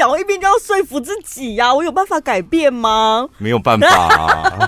讲完一边就要说服自己呀、我有办法改变吗？ 没有办法啊。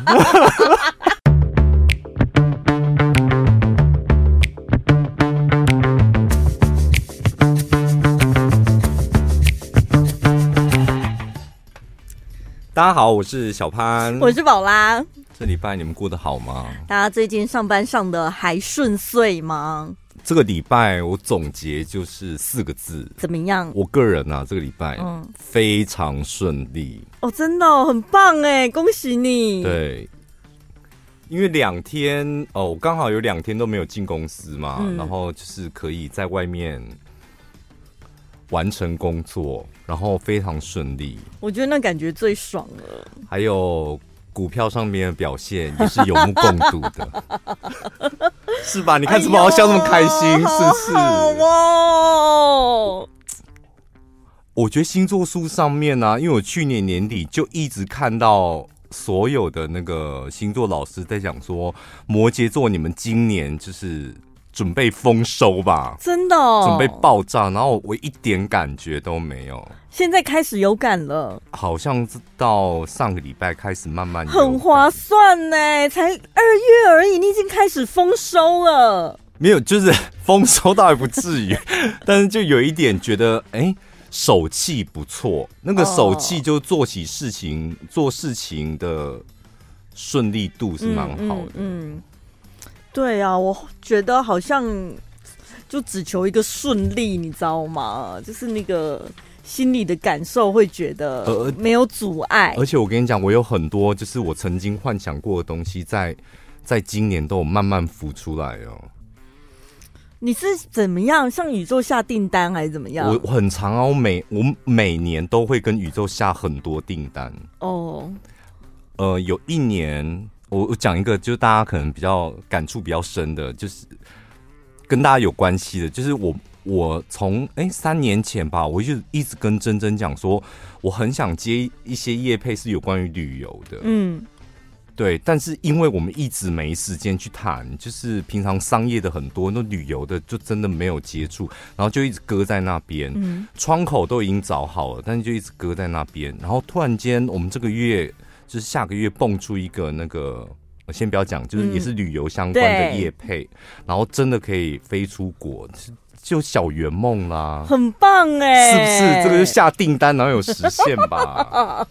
大家好，我是小潘， 我是宝拉。 这礼拜你们过得好吗？ 大家最近上班上的还顺遂吗？ 这个礼拜我总结就是4个字， 怎么样？ 我个人啊，这个礼拜非常顺利哦，真的、哦、很棒哎，恭喜你！ 对，因为2天我刚好有2天都没有进公司嘛，然后就是可以在外面完成工作，然后非常顺利。 我觉得那感觉最爽了。还有股票上面的表现也是有目共睹的，是吧？你看怎么好笑这么开心，是不是？ 好哦。 我觉得星座书上面啊，因为我去年年底就一直看到所有的那个星座老师在讲说，摩羯座你们今年就是准备丰收吧， 真的、哦、 准备爆炸，然后我一点感觉都没有。 现在开始有感了， 好像到上个礼拜开始慢慢有感， 很划算呢，才2月而已，你已经开始丰收了。 没有，就是丰收倒也不至于，但是就有一点觉得，手气不错，那个手气就做起事情、做事情的顺利度是蛮好的。 对啊，我觉得好像就只求一个顺利，你知道吗？就是那个心里的感受会觉得没有阻碍。 而且我跟你讲，我有很多就是我曾经幻想过的东西在今年都有慢慢浮出来哦。 你是怎么样向宇宙下订单还是怎么样？ 我很常啊，我每年都会跟宇宙下很多订单哦。有一年我讲一个，就是大家可能比较感触比较深的，就是跟大家有关系的，就是我从3年前吧，我就一直跟珍珍讲说，我很想接一些业配是有关于旅游的，对，但是因为我们一直没时间去谈，就是平常商业的很多，那旅游的就真的没有接触，然后就一直搁在那边，窗口都已经找好了，但是就一直搁在那边，然后突然间我们这个月就是下个月蹦出一个那个，先不要讲，就是也是旅游相关的业配，然后真的可以飞出国，就小圆梦啦， 很棒哎， 是不是？这个就下订单，然后有实现吧。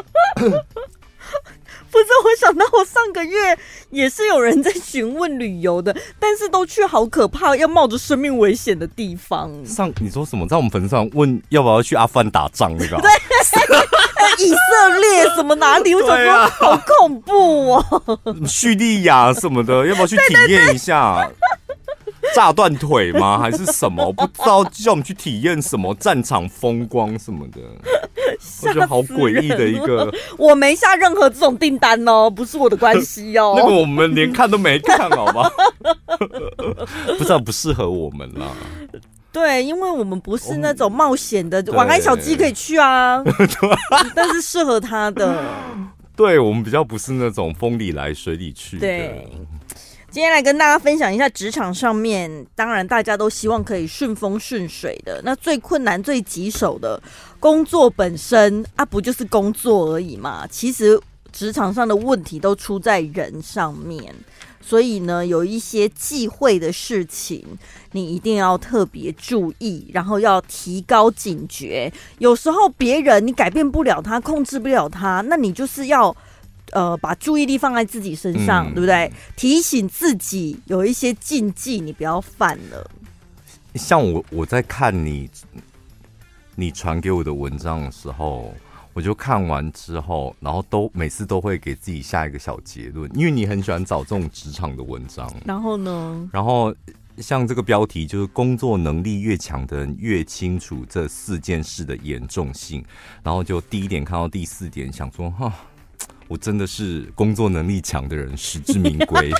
不是，我想到我上个月也是有人在询问旅游的，但是都去好可怕，要冒着生命危险的地方。 你说什么？在我们粉丝上问要不要去阿富汗打仗那个、啊？ 对，以色列什么哪里？我想说好恐怖哦， 叙利亚什么的，要不要去体验一下？炸断腿吗？还是什么？我不知道，叫我们去体验什么战场风光什么的。我觉得好诡异的一个， 我没下任何这种订单哦，不是我的关系哦。 那个我们连看都没看，好吧？不知道不适合我们啦。 对，因为我们不是那种冒险的，晚安小鸡可以去啊，但是适合他的。 对，我们比较不是那种风里来水里去的。 对。今天来跟大家分享一下职场上面，当然大家都希望可以顺风顺水的。那最困难、最棘手的工作本身啊，不就是工作而已嘛？其实职场上的问题都出在人上面，所以呢，有一些忌讳的事情，你一定要特别注意，然后要提高警觉。有时候别人你改变不了他，控制不了他，那你就是要把注意力放在自己身上，对不对？提醒自己有一些禁忌，你不要犯了。 像我在看你传给我的文章的时候，我就看完之后，然后每次都会给自己下一个小结论，因为你很喜欢找这种职场的文章。然后呢？然后像这个标题就是工作能力越强的人越清楚这4件事的严重性，然后就第1点看到第4点，想说哈。我真的是工作能力强的人，实至名归。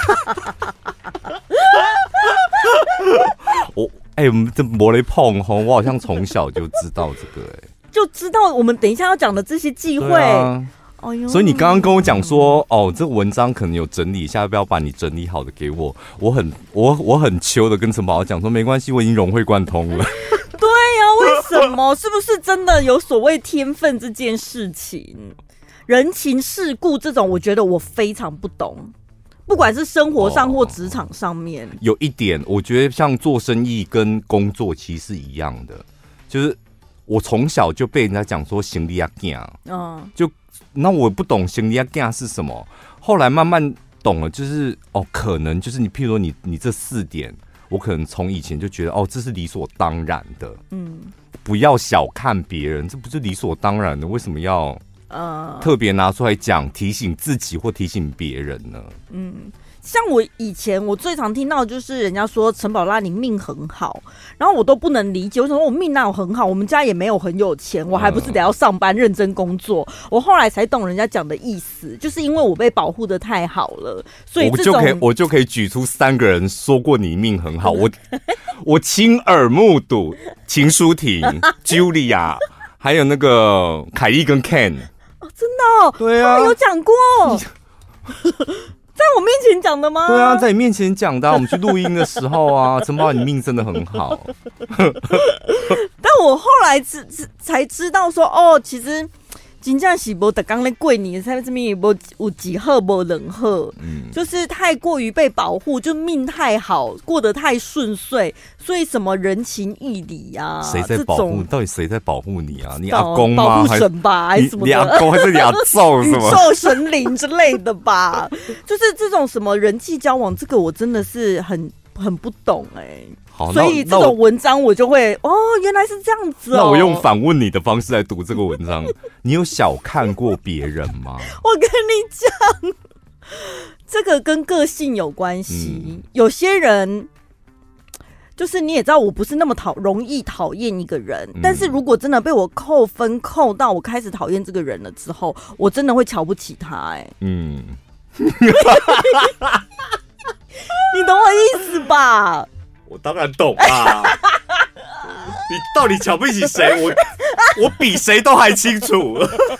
我们这没来碰吼，我好像从小就知道这个就知道我们等一下要讲的这些忌讳。 所以你刚刚跟我讲说，这个文章可能有整理一下，要不要把你整理好的给我？我很秋的跟陈宝讲说，没关系，我已经融会贯通了。 对呀，为什么？是不是真的有所谓天分这件事情？人情世故这种，我觉得我非常不懂。不管是生活上或职场上面， 有一点，我觉得像做生意跟工作其实是一样的，就是我从小就被人家讲说行李啊囝，就那我不懂行李啊囝是什么，后来慢慢懂了，就是可能就是你，譬如说你这4点，我可能从以前就觉得这是理所当然的，不要小看别人，这不是理所当然的，为什么要？特别拿出来讲，提醒自己或提醒别人呢？ 像我以前我最常听到就是人家说陈宝拉你命很好，然后我都不能理解，为什么我命哪有很好？我们家也没有很有钱，我还不是得要上班认真工作。我后来才懂人家讲的意思，就是因为我被保护的太好了，所以我就可以举出3个人说过你命很好，我亲耳目睹秦舒婷、Julia， 还有那个凯莉跟 Ken。 真的对啊， 他们有讲过。在我面前讲的吗？ 对啊，在你面前讲的我们去录音的时候啊，陈宝你命真的很好。 但我后来才知道说，其实真正是没得刚在过年，在这边也没有几好没人好，就是太过于被保护，就命太好，过得太顺遂，所以什么人情义理啊， 谁在保护？到底谁在保护你啊？你阿公吗？ 保护神吧，还是什么的？ 你阿公还是你阿祖？ 宇宙神灵之类的吧？就是这种什么人际交往，这个我真的是很不懂所以这种文章我就会原来是这样子那我用反问你的方式来读这个文章，你有小看过别人吗？ 我跟你讲，这个跟个性有关系。有些人就是你也知道，我不是那么容易讨厌一个人，但是如果真的被我扣分扣到我开始讨厌这个人了之后，我真的会瞧不起他你懂我意思吧？ 我当然懂啊！你到底瞧不起谁？我比谁都还清楚。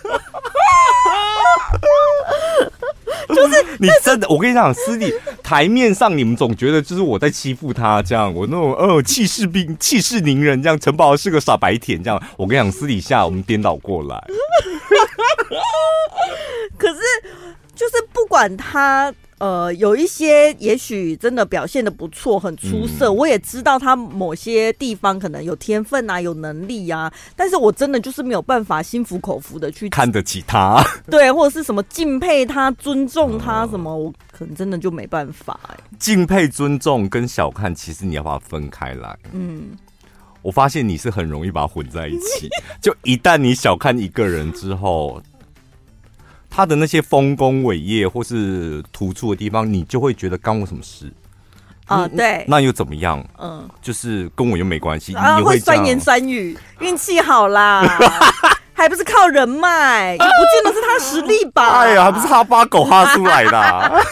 就是你真的，我跟你讲，私底台面上你们总觉得就是我在欺负他，这样我那种气势凌人，这样陈宝是个傻白甜，这样我跟你讲，私底下我们颠倒过来。 可是就是不管他。有一些也许真的表现得不错，很出色。我也知道他某些地方可能有天分啊，有能力啊，但是我真的就是没有办法心服口服的去看得起他， 对，或者是什么敬佩他、尊重他什么，我可能真的就没办法敬佩、尊重跟小看，其实你要把它分开来。我发现你是很容易把它混在一起，就一旦你小看一个人之后。他的那些丰功伟业或是突出的地方，你就会觉得干我什么事啊？对， 那又怎么样？就是跟我又没关系。 你会酸言酸语，运气好啦，还不是靠人脉，也不见得是他实力吧？ 哎呀，还不是他把狗哈出来的。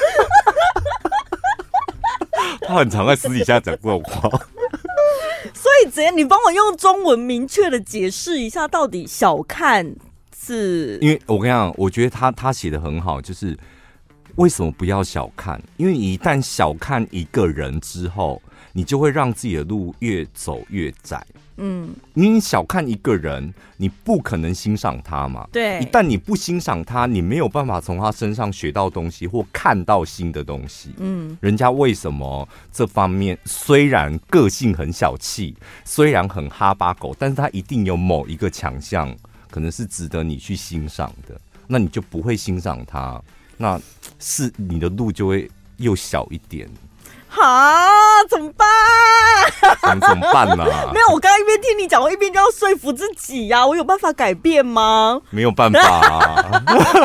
他很常在私底下讲这种话。 所以，只要你帮我用中文明确的解释一下，到底小看。是因为我跟你讲，我觉得他写的很好，就是为什么不要小看？因为你一旦小看一个人之后，你就会让自己的路越走越窄。你小看一个人，你不可能欣赏他嘛。 对， 一旦你不欣赏他，你没有办法从他身上学到东西或看到新的东西。人家为什么这方面虽然个性很小气，虽然很哈巴狗，但是他一定有某一个强项。可能是值得你去欣赏的，那你就不会欣赏它，那是你的路就会又小一点。 怎么办？ 怎么办呢？ 没有，我刚刚一边听你讲，我一边就要说服自己呀。我有办法改变吗？ 没有办法啊。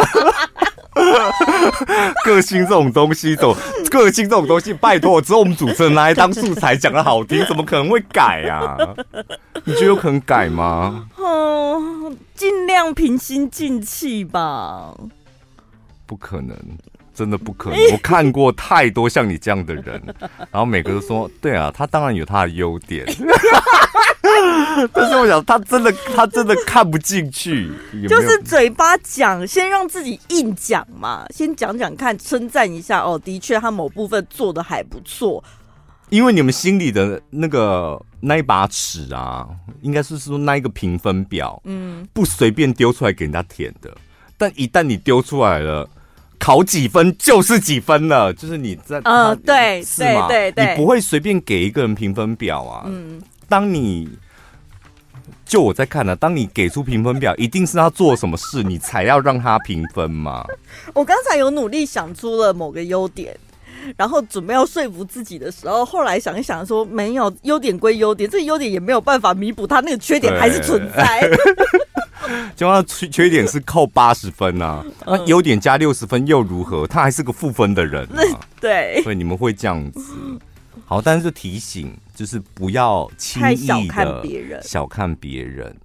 个性这种东西，拜托，只有我们主持人拿来当素材讲的好听，怎么可能会改啊？你觉得有可能改吗？ 尽量平心静气吧。 不可能，真的不可能。我看过太多像你这样的人，然后每个都说，对啊，他当然有他的优点。但是我想他真的看不进去， 就是嘴巴讲，先让自己硬讲嘛，先讲讲看，称赞一下的确他某部分做的还不错。 因为你们心里的那一把尺啊，应该是说那一个评分表，不随便丢出来给人家填的。但一旦你丢出来了，考几分就是几分了，就是你在对对对， 你不会随便给一个人评分表啊。当你就我在看呢，当你给出评分表，一定是他做什么事，你才要让他评分嘛。 我刚才有努力想出了某个优点。然后准备要说服自己的时候，后来想一想说，没有，优点归优点，这个优点也没有办法弥补他那个缺点还是存在。 就他缺点是扣80分啊，那优点加60分又如何？他还是个负分的人啊。 对， 所以你们会这样子。好，但是就提醒，就是不要轻易的小看别人。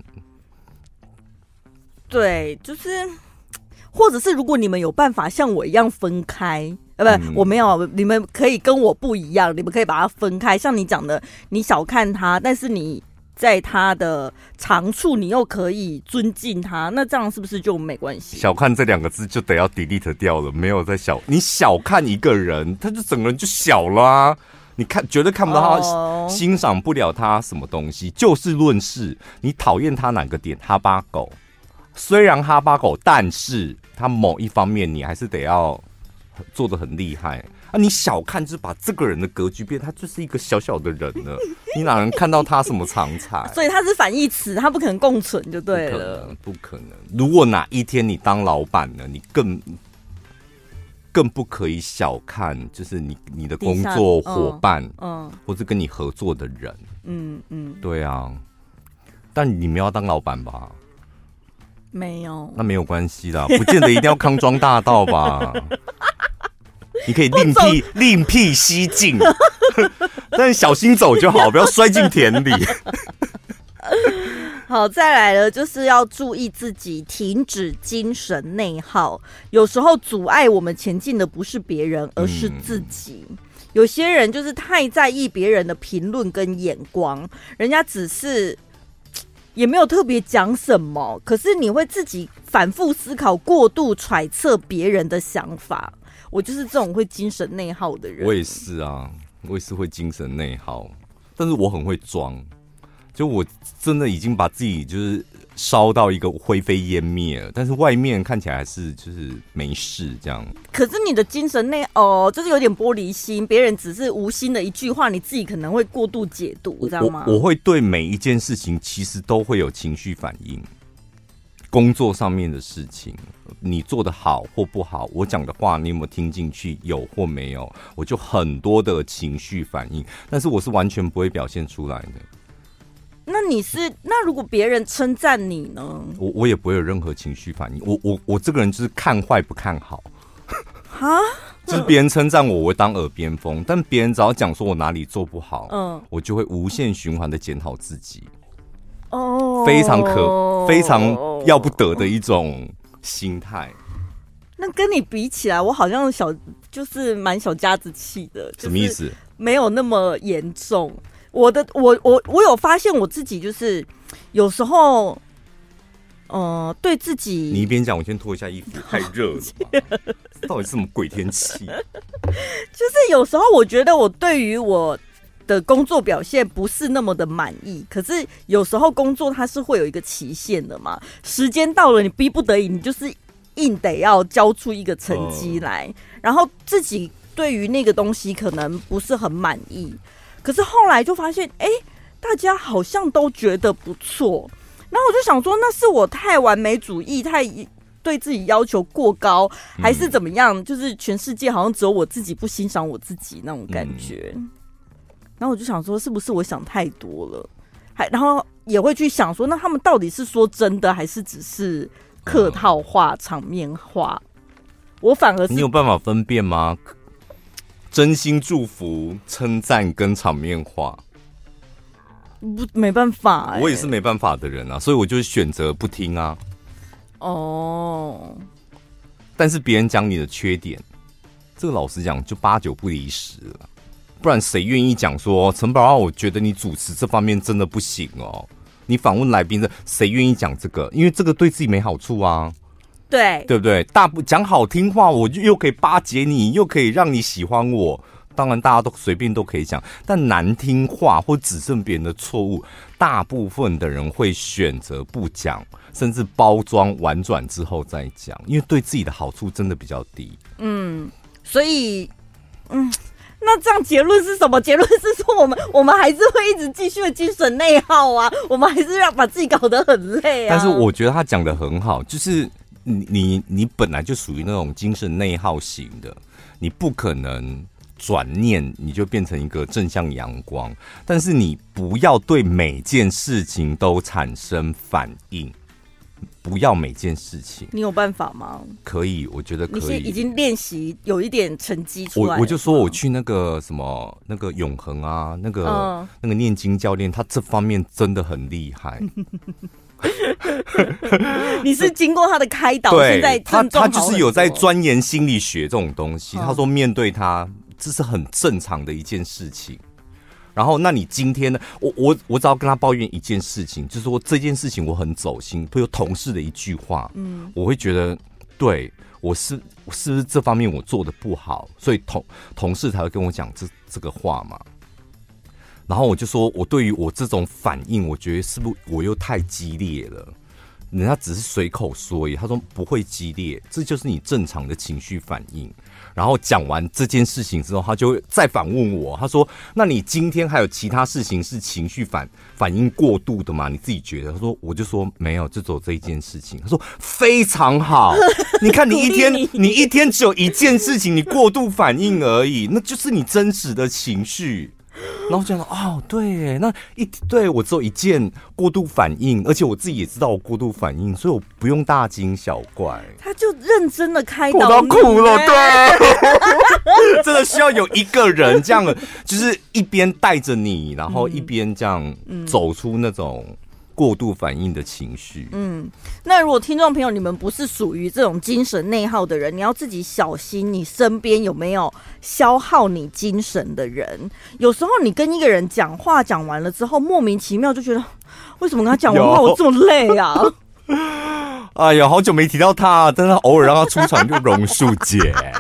对， 就是，或者是如果你们有办法像我一样分开。我没有，你们可以跟我不一样，你们可以把它分开。像你讲的，你小看他，但是你在他的长处，你又可以尊敬他，那这样是不是就没关系？ 小看这2个字就得要 delete 掉了，没有在你小看一个人，他就整个人就小了啊！你绝对看不到他，欣赏不了他什么东西。就事论事，你讨厌他哪个点？哈巴狗，虽然哈巴狗，但是他某一方面你还是得要。做得很厉害啊！你小看就是把这个人的格局变，他就是一个小小的人了，你哪能看到他什么长才？ 所以他是反义词，他不可能共存就对了。 不可能！如果哪一天你当老板了，你更不可以小看，就是你的工作伙伴，或者跟你合作的人，对啊。但你们要当老板吧？ 没有， 那没有关系啦，不见得一定要康庄大道吧。你可以另辟蹊径，但小心走就好，不要摔进田里。 好，再来了，就是要注意自己，停止精神内耗。有时候阻碍我们前进的不是别人，而是自己。有些人就是太在意别人的评论跟眼光，人家只是也没有特别讲什么，可是你会自己反复思考，过度揣测别人的想法。我就是这种会精神内耗的人。 我也是啊，我也是会精神内耗，但是我很会装，就我真的已经把自己就是烧到一个灰飞烟灭了，但是外面看起来还是就是没事这样。 可是你的精神内就是有点玻璃心，别人只是无心的一句话，你自己可能会过度解读，知道吗？ 我会对每一件事情其实都会有情绪反应。工作上面的事情，你做得好或不好，我讲的话你有没有听进去，有或没有，我就很多的情绪反应，但是我是完全不会表现出来的。 那如果别人称赞你呢？ 我也不会有任何情绪反应。我这个人就是看坏不看好。 哈， 就是别人称赞我会当耳边风，但别人只要讲说我哪里做不好，我就会无限循环的检讨自己。非常要不得的一种心态。 那跟你比起来，我好像就是蛮小家子气的。 什么意思？ 没有那么严重。我有发现我自己就是有时候，对自己。 你一边讲，我先脱一下衣服，太热了吧。到底是什么鬼天气？ 就是有时候我觉得我对于我的工作表现不是那么的满意，可是有时候工作它是会有一个期限的嘛，时间到了你逼不得已，你就是硬得要交出一个成绩来，然后自己对于那个东西可能不是很满意，可是后来就发现大家好像都觉得不错，然后我就想说那是我太完美主义，太对自己要求过高，还是怎么样，就是全世界好像只有我自己不欣赏我自己那种感觉。然后我就想说，是不是我想太多了？然后也会去想说，那他们到底是说真的，还是只是客套话、场面话？我反而是你有办法分辨吗？真心祝福、称赞跟场面话， 没办法我也是没办法的人啊，所以我就选择不听啊。但是别人讲你的缺点，这个老实讲就8、9不离10了。不然谁愿意讲说陈宝，我觉得你主持这方面真的不行哦。你访问来宾的，谁愿意讲这个？因为这个对自己没好处啊。对不对？讲好听话，我就又可以巴结你，又可以让你喜欢我， 当然大家都随便都可以讲，但难听话或指正别人的错误，大部分的人会选择不讲，甚至包装婉转之后再讲，因为对自己的好处真的比较低。 所以那这样结论是什么？结论是说我们还是会一直继续的精神内耗啊，我们还是要把自己搞得很累啊。 但是我觉得他讲得很好，就是你本来就属于那种精神内耗型的，你不可能转念你就变成一个正向阳光，但是你不要对每件事情都产生反应。不要每件事情， 你有办法吗？ 可以，我觉得可以。 你现在已经练习有一点成绩出来了。 我就说我去那个什么那个永恒啊，那个念经教练，他这方面真的很厉害。 你是经过他的开导， 对， 现在他就是有在钻研心理学这种东西。他说面对他，这是很正常的一件事情。然后，那你今天呢？我只要跟他抱怨一件事情，就是说这件事情我很走心，会有同事的一句话，我会觉得，对我是不是这方面我做的不好，所以同事才会跟我讲这个话嘛。然后我就说，我对于我这种反应，我觉得是不是我又太激烈了？人家只是随口说而已，他说不会激烈，这就是你正常的情绪反应。然后讲完这件事情之后，他就会再反问我，他说：“那你今天还有其他事情是情绪反应过度的吗？你自己觉得？”他说：“我就说没有，就只有这一件事情。”他说：“非常好，你看你一天只有一件事情，你过度反应而已，那就是你真实的情绪。”然后我讲了，哦，对耶，那对我只有一件过度反应，而且我自己也知道我过度反应，所以我不用大惊小怪。 他就认真的开导你， 我都哭了，对，真的需要有一个人这样，就是一边带着你，然后一边这样走出那种过度反应的情绪。 那如果听众朋友你们不是属于这种精神内耗的人，你要自己小心你身边有没有消耗你精神的人。有时候你跟一个人讲话讲完了之后，莫名其妙就觉得为什么跟他讲完话我这么累啊？ 哎呀，好久没提到他，但是偶尔让他出场就榕树姐。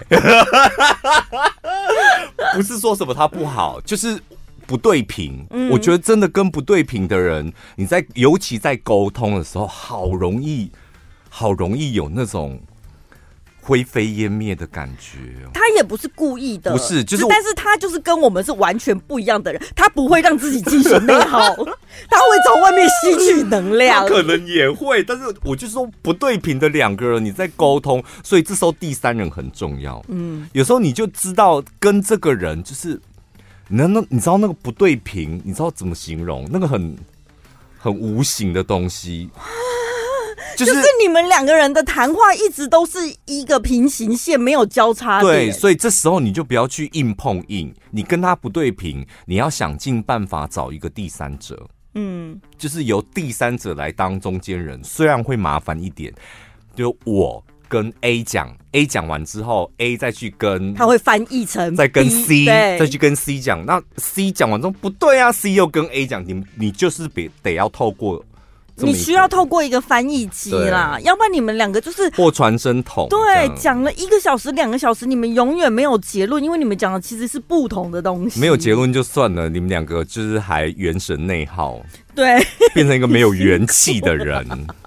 不是说什么他不好，就是不对平。我觉得真的跟不对平的人，你尤其在沟通的时候，好容易有那种灰飞烟灭的感觉。 他也不是故意的， 不是， 但是他就是跟我们是完全不一样的人，他不会让自己精神内耗，他会从外面吸取能量。 他可能也会，但是我就说不对平的两个人你在沟通，所以这时候第三人很重要。有时候你就知道跟这个人就是。你知道那个不对平，你知道怎么形容？那个很无形的东西，就是你们两个人的谈话一直都是一个平行线，没有交叉点。 对，所以这时候你就不要去硬碰硬，你跟他不对平，你要想尽办法找一个第三者，就是由第三者来当中间人，虽然会麻烦一点，就我。跟 A 讲完之后 ，A 再去跟他会翻译成 B， 再跟 C， 再去跟 C 讲。那 C 讲完之后不对啊 ，C 又跟 A 讲，你就是得要透过， 你需要透过一个翻译机啦，要不然你们两个就是或传声筒。 对，讲了1个小时、2个小时，你们永远没有结论，因为你们讲的其实是不同的东西。 没有结论就算了，你们两个就是还元神内耗， 对， 变成一个没有元气的人。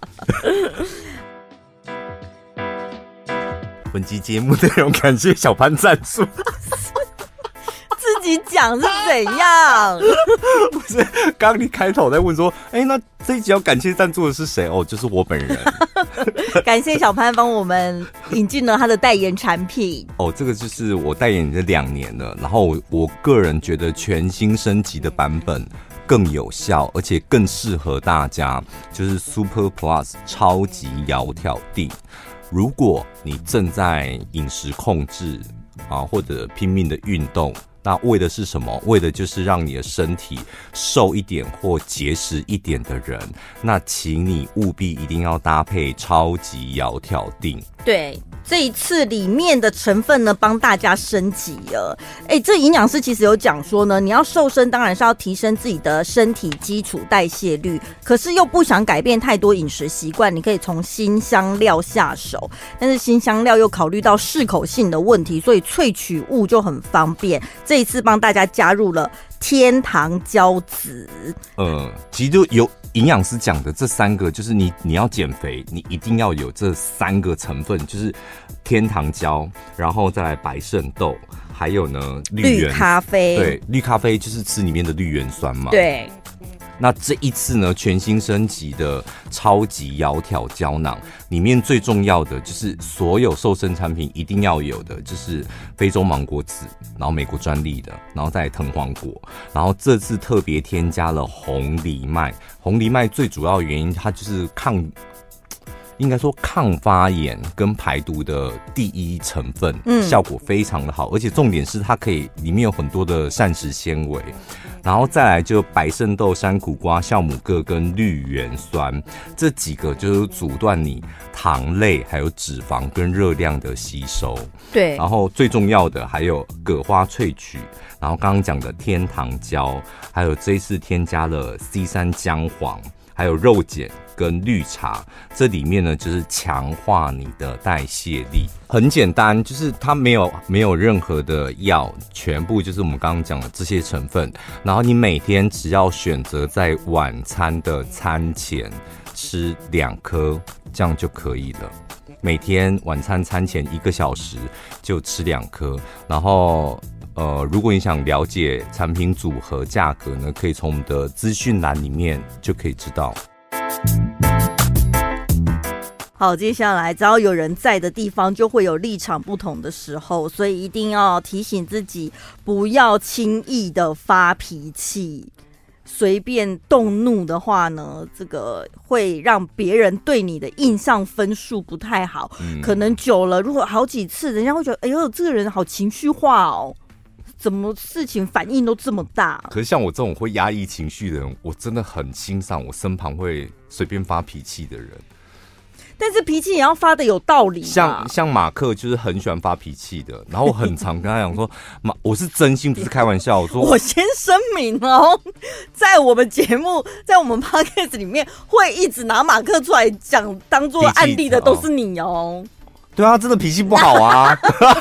本集节目内容感谢小潘赞助。 自己讲是怎样？ 不是，刚刚你开头在问说，那这一集要感谢赞助的是谁？哦，就是我本人。 感谢小潘帮我们引进了他的代言产品。 哦，这个就是我代言的2年了，然后我个人觉得全新升级的版本更有效，而且更适合大家，就是 Super Plus 超级窈窕锭。如果你正在饮食控制或者拼命的运动，那为的是什么？为的就是让你的身体瘦一点或结实一点的人，那请你务必一定要搭配超级窈窕锭。对， 这一次里面的成分呢，帮大家升级了。这营养师其实有讲说呢，你要瘦身当然是要提升自己的身体基础代谢率，可是又不想改变太多饮食习惯，你可以从辛香料下手。但是辛香料又考虑到适口性的问题，所以萃取物就很方便。 这一次帮大家加入了天堂胶质。 其实就有营养师讲的这3个，就是你要减肥，你一定要有这3个成分，就是天堂胶，然后再来白肾豆，还有呢绿咖啡。 对，绿咖啡就是吃里面的绿原酸嘛。 对。 那这一次呢，全新升级的超级窈窕胶囊，里面最重要的就是所有瘦身产品一定要有的，就是非洲芒果籽，然后美国专利的，然后再来藤黄果，然后这次特别添加了红藜麦。红藜麦最主要的原因，它就是应该说抗发炎跟排毒的第一成分，效果非常的好，而且重点是它可以里面有很多的膳食纤维，然后再来就白肾豆、山苦瓜、酵母铬跟绿原酸，这几个就是阻断你糖类还有脂肪跟热量的吸收。 对， 然后最重要的还有葛花萃取，然后刚刚讲的天堂胶，还有这一次添加了 C3 姜黄，还有肉碱跟绿茶，这里面呢就是强化你的代谢力。很简单，就是它没有任何的药，全部就是我们刚刚讲的这些成分。然后你每天只要选择在晚餐的餐前吃2颗，这样就可以了。每天晚餐餐前1个小时就吃2颗，然后如果你想了解产品组合价格呢，可以从我们的资讯栏里面就可以知道。 好，接下来只要有人在的地方，就会有立场不同的时候，所以一定要提醒自己，不要轻易的发脾气。随便动怒的话呢，这个会让别人对你的印象分数不太好。可能久了，如果好几次，人家会觉得，哎呦，这个人好情绪化哦。怎么事情反应都这么大？ 可是像我这种会压抑情绪的人，我真的很欣赏我身旁会随便发脾气的人。 但是脾气也要发的有道理吧。 像马克就是很喜欢发脾气的，然后我很常跟他讲说，我是真心不是开玩笑。我说我先声明哦，在我们节目，在我们 podcast 里面会一直拿马克出来讲，当做案例的都是你哦。 对啊，真的脾气不好啊。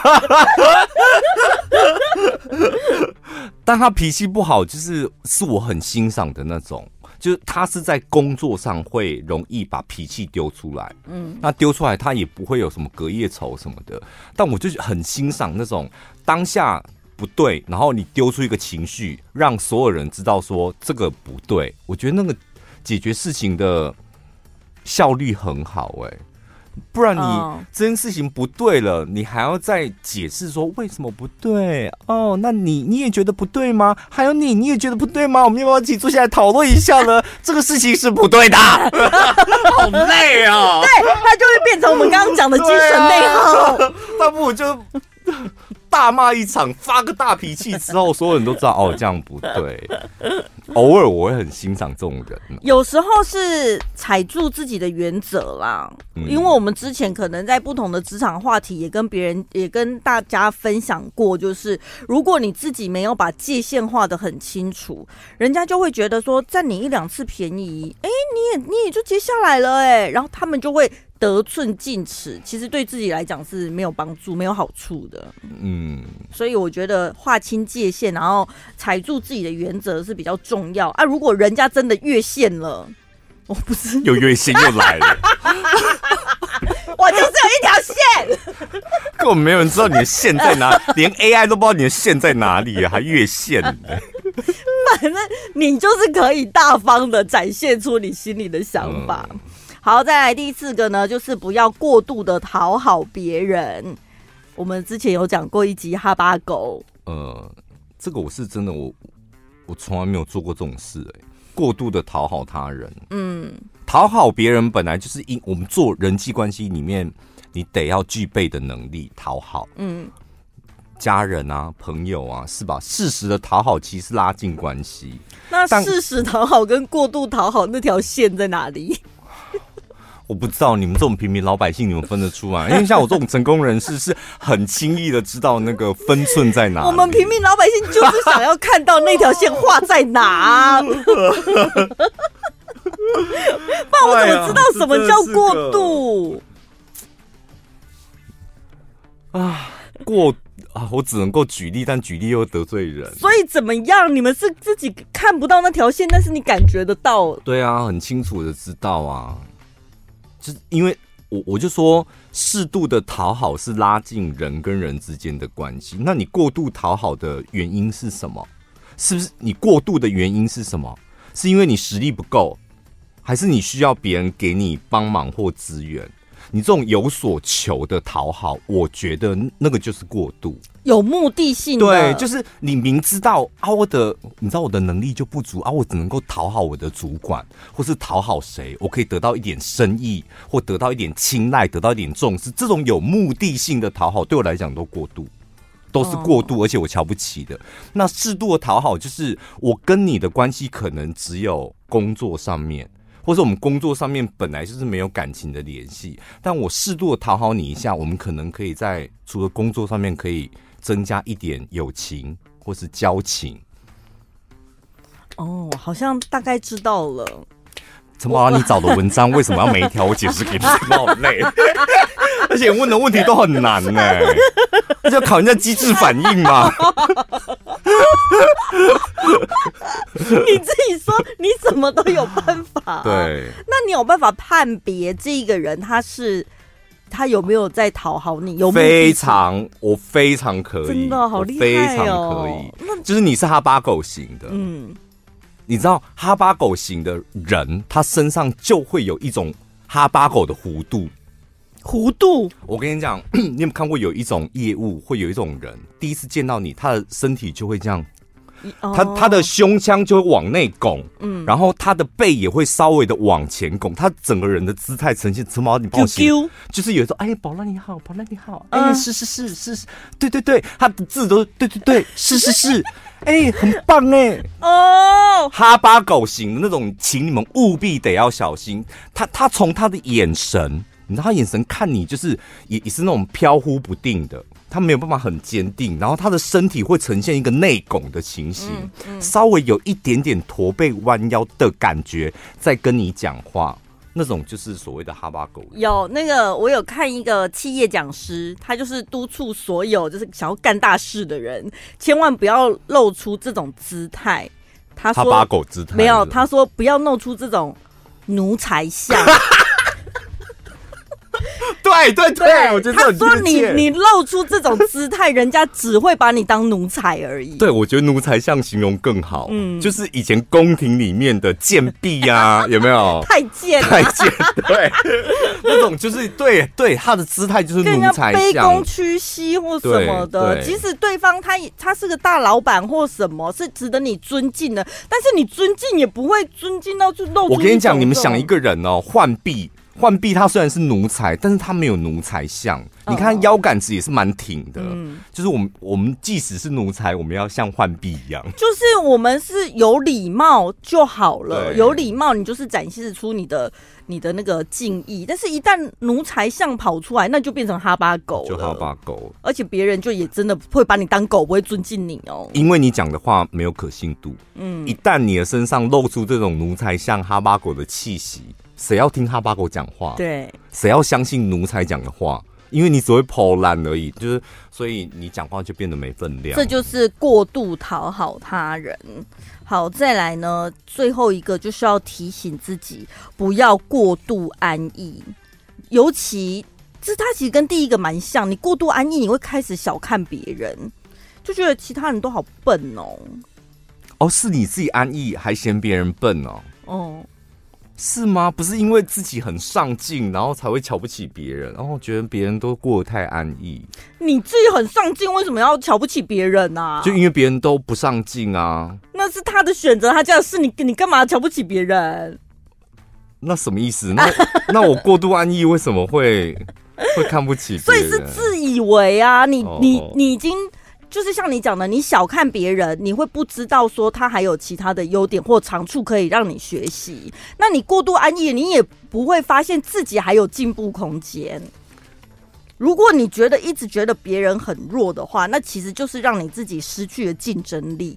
但他脾气不好，是我很欣赏的那种，就是他是在工作上会容易把脾气丢出来，那丢出来他也不会有什么隔夜仇什么的。但我就很欣赏那种当下不对，然后你丢出一个情绪，让所有人知道说这个不对。我觉得那个解决事情的效率很好不然你这件事情不对了，你还要再解释说为什么不对哦？那你也觉得不对吗？还有你也觉得不对吗？我们要不要一起坐下来讨论一下呢？这个事情是不对的，好累啊！ 对，它就会变成我们刚刚讲的精神内耗。 那不如就大骂一场，发个大脾气之后，所有人都知道这样不对。偶尔我会很欣赏这种人， 有时候是踩住自己的原则啦。因为我们之前可能在不同的职场话题也跟大家分享过，就是如果你自己没有把界限画得很清楚，人家就会觉得说占你1-2次便宜，你也就接下来了然后他们就会得寸进尺，其实对自己来讲是没有帮助、没有好处的。所以我觉得划清界限，然后踩住自己的原则是比较重要啊。如果人家真的越线了，我不是又越线又来了， 我就是有一条线， 根本没有人知道你的线在哪，连 AI 都不知道你的线在哪里还越线。 反正你就是可以大方的展现出你心里的想法。好，再来第4个呢，就是不要过度的讨好别人。我们之前有讲过一集哈巴狗， 这个我是真的我从来没有做过这种事过度的讨好他人。讨好别人本来就是我们做人际关系里面你得要具备的能力，讨好。家人啊，朋友啊，是吧？适时的讨好其实拉近关系。 那适时讨好跟过度讨好那条线在哪里？ 我不知道你们这种平民老百姓，你们分得出来？因为像我这种成功人士，是很轻易的知道那个分寸在哪里。 我们平民老百姓就是想要看到那条线画在哪。不然我怎么知道什么叫过度？ 啊，我只能够举例，但举例又得罪人。 所以怎么样？你们是自己看不到那条线，但是你感觉得到。 对啊，很清楚的知道啊，就是因为我就说，适度的讨好是拉近人跟人之间的关系。那你过度讨好的原因是什么？是不是你过度的原因是什么？是因为你实力不够，还是你需要别人给你帮忙或资源？你这种有所求的讨好，我觉得那个就是过度， 有目的性的。 对，就是你明知道啊，你知道我的能力就不足啊，我只能够讨好我的主管，或是讨好谁，我可以得到一点生意，或得到一点青睐，得到一点重视。这种有目的性的讨好，对我来讲都过度。都是过度，而且我瞧不起的。那适度的讨好，就是我跟你的关系可能只有工作上面，或者我们工作上面本来就是没有感情的联系，但我适度的讨好你一下，我们可能可以在除了工作上面可以增加一点友情或是交情。 哦，好像大概知道了。 陈宝拉，你找的文章为什么要每一条我解释给你？我好累，而且问的问题都很难呢，那就考人家机智反应嘛。 你自己说你什么都有办法、啊， 对， 那你有办法判别这个人他有没有在讨好你？有我非常可以， 真的好厉害哦， 非常可以。就是你是哈巴狗型的，你知道哈巴狗型的人，他身上就会有一种哈巴狗的弧度。 弧度， 我跟你讲，你有没有看过有一种业务，会有一种人，第一次见到你，他的身体就会这样，他的胸腔就会往内拱，然后他的背也会稍微的往前拱，他整个人的姿态呈现，陈毛，你帮我写，就是有时候，哎，宝拉你好，宝拉你好，哎，是，对对对，他的字都对，是，哎，很棒哎，哦，哈巴狗型的那种，请你们务必得要小心，他从他的眼神。你知道他眼神看你就是也是那种飘忽不定的，他没有办法很坚定，然后他的身体会呈现一个内拱的情形，稍微有一点点驼背弯腰的感觉，在跟你讲话，那种就是所谓的哈巴狗。 有那个我有看一个企业讲师，他就是督促所有就是想要干大事的人，千万不要露出这种姿态。他说哈巴狗姿态没有，他说不要露出这种奴才相。 对，我觉得他说你露出这种姿态，人家只会把你当奴才而已。 对，我觉得奴才像形容更好，就是以前宫廷里面的贱婢啊，有没有？太监，对，那种就是对，他的姿态就是奴才像，卑躬屈膝或什么的。即使对方他是个大老板或什么，是值得你尊敬的，但是你尊敬也不会尊敬到就露出。 我跟你讲，你们想一个人哦，浣碧他虽然是奴才，但是他没有奴才相。你看腰杆子也是蛮挺的，就是我们即使是奴才，我们要像浣碧一样， 就是我们是有礼貌就好了。有礼貌，你就是展示出你的那个敬意。但是，一旦奴才相跑出来，那就变成哈巴狗了， 就哈巴狗， 而且别人就也真的会把你当狗，不会尊敬你哦， 因为你讲的话没有可信度。一旦你的身上露出这种奴才相哈巴狗的气息。谁要听哈巴狗讲话？ 对， 谁要相信奴才讲的话？因为你只会跑烂而已，就是所以你讲话就变得没分量。 这就是过度讨好他人。好，再来呢，最后一个就是要提醒自己不要过度安逸，尤其它其实跟第一个蛮像，你过度安逸，你会开始小看别人，就觉得其他人都好笨哦。 哦，是你自己安逸还嫌别人笨哦？哦。是吗？不是因为自己很上进，然后才会瞧不起别人，然后觉得别人都过得太安逸。 你自己很上进，为什么要瞧不起别人啊？ 就因为别人都不上进啊。 那是他的选择，他这样是你干嘛瞧不起别人？ 那什么意思？那我过度安逸，为什么会看不起别人？ 所以是自以为啊，你已经。就是像你讲的，你小看别人，你会不知道说他还有其他的优点或长处可以让你学习。那你过度安逸，你也不会发现自己还有进步空间。如果你一直觉得别人很弱的话，那其实就是让你自己失去了竞争力。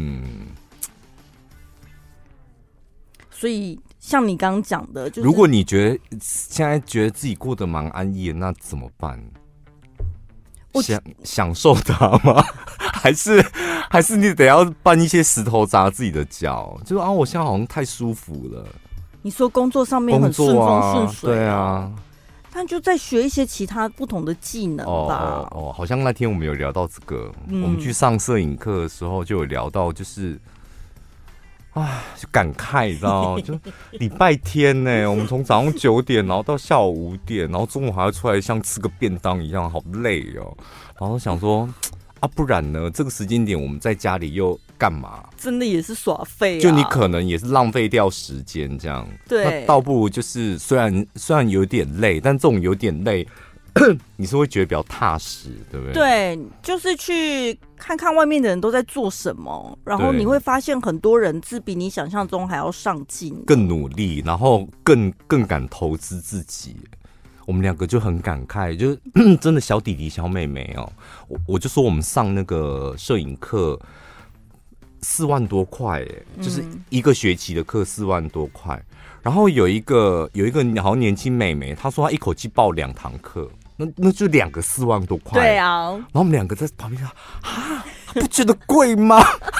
所以像你刚刚讲的，就是如果你现在觉得自己过得蛮安逸的，那怎么办？ 享受它吗？还是你得要搬一些石头砸自己的脚？就是我现在好像太舒服了。 你说工作上面很顺风顺水， 对啊。 但就在学一些其他不同的技能吧。 好像那天我们有聊到这个，我们去上摄影课的时候就有聊到，就是就感慨，你知道就礼拜天呢，我们从早上9点，然后到下午5点，然后中午还要出来像吃个便当一样，好累哦。然后想说不然呢？这个时间点我们在家里又干嘛？ 真的也是耍废就你可能也是浪费掉时间这样。 对， 那倒不如就是虽然有点累，但这种有点累，你是会觉得比较踏实，对不对？ 对，就是去看看外面的人都在做什么，然后你会发现很多人是比你想象中还要上进、 更努力，然后更敢投资自己。我们2个就很感慨，就是真的小弟弟小妹妹我就说我们上那个摄影课4万多块就是一个学期的课4万多块。然后有一个好像年轻妹妹，她说她一口气报2堂课，那就2个4万多块。 对啊， 然后我们2个在旁边说不觉得贵吗？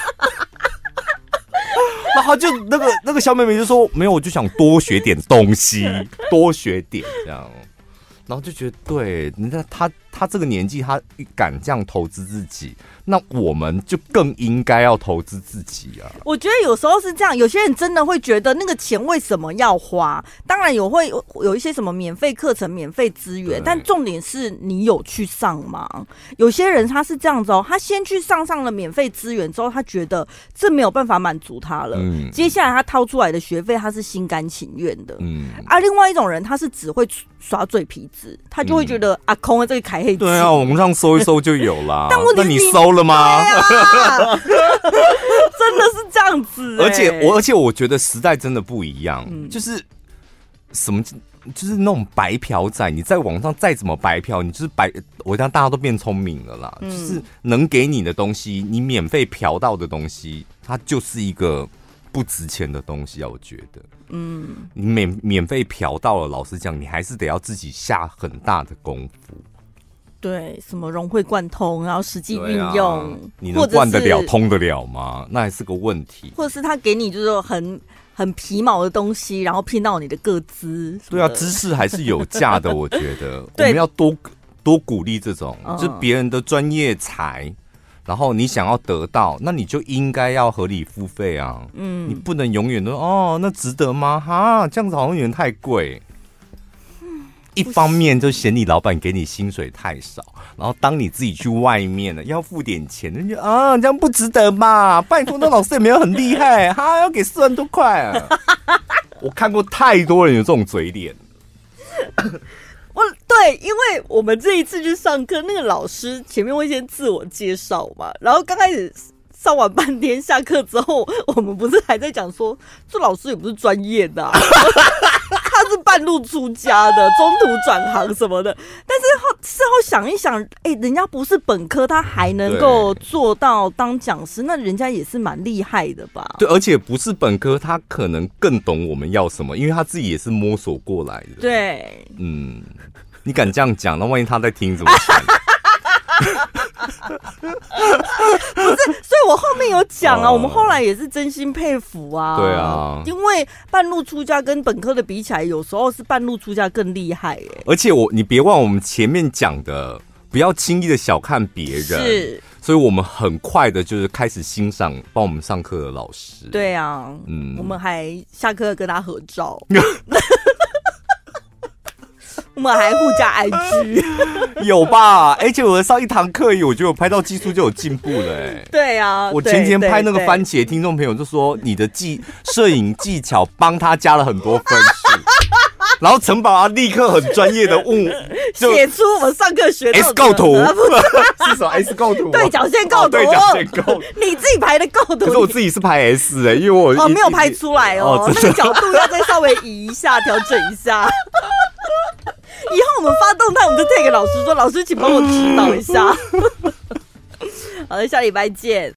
然后就那个小妹妹就说没有，我就想多学点东西，多学点这样。然后就觉得对，你看他这个年纪，他敢这样投资自己，那我们就更应该要投资自己啊！ 我觉得有时候是这样，有些人真的会觉得那个钱为什么要花？当然会有一些什么免费课程、免费资源，但重点是你有去上吗？有些人他是这样子他先去上了免费资源之后，他觉得这没有办法满足他了，接下来他掏出来的学费他是心甘情愿的，另外一种人他是只会耍嘴皮子，他就会觉得空了这个开黑。 对啊，网上搜一搜就有啦。但问题是你搜了吗？ 真的是这样子而且我觉得时代真的不一样，就是什么，就是那种白嫖仔，你在网上再怎么白嫖，你就是我想大家都变聪明了啦，就是能给你的东西，你免费嫖到的东西，它就是一个不值钱的东西啊，我觉得。你免费嫖到了，老实讲，你还是得要自己下很大的功夫。对， 什么融会贯通，然后实际运用， 你能灌得了、通得了吗？那还是个问题。 或者是他给你就是很皮毛的东西，然后骗到你的个资。 对啊，知识还是有价的，我觉得我们要多鼓励这种，就是别人的专业才。然后你想要得到，那你就应该要合理付费啊！你不能永远都那值得吗？这样子好像有点太贵。一方面就嫌你老板给你薪水太少，然后当你自己去外面了要付点钱，就觉得这样不值得嘛？拜托，那老师也没有很厉害要给4万多块我看过太多人有这种嘴脸。 对，因为我们这一次去上课，那个老师前面会先自我介绍嘛，然后刚开始上完半天，下课之后，我们不是还在讲说，这老师也不是专业的他是半路出家的，中途转行什么的。但是事后想一想，人家不是本科，他还能够做到当讲师，那人家也是蛮厉害的吧？ 对，而且不是本科，他可能更懂我们要什么，因为他自己也是摸索过来的。 对， 你敢这样讲，那万一他在听怎么办？ 不是，所以我后面有讲我们后来也是真心佩服啊。 对啊， 因为半路出家跟本科的比起来，有时候是半路出家更厉害而且你别忘我们前面讲的，不要轻易的小看别人。 是， 所以我们很快的就是开始欣赏帮我们上课的老师。 对啊，我们还下课跟他合照。我们还互加 IG 有吧？而且我上一堂课，我觉得我拍照技术就有进步了对啊， 我前天拍那个番茄，听众朋友就说你的摄影技巧帮他加了很多分数。然后陈宝立刻很专业的写出我们上课学到的 S 构图是什么 S 构图？ 对角线构图， 对角线构图， 你自己排的构图。 可是我自己是排 S 因为我没有拍出来那个角度要再稍微移一下，调整一下。以后我们发动态，我们就 tag 老师说：“老师，请帮我指导一下。”好的，下礼拜见。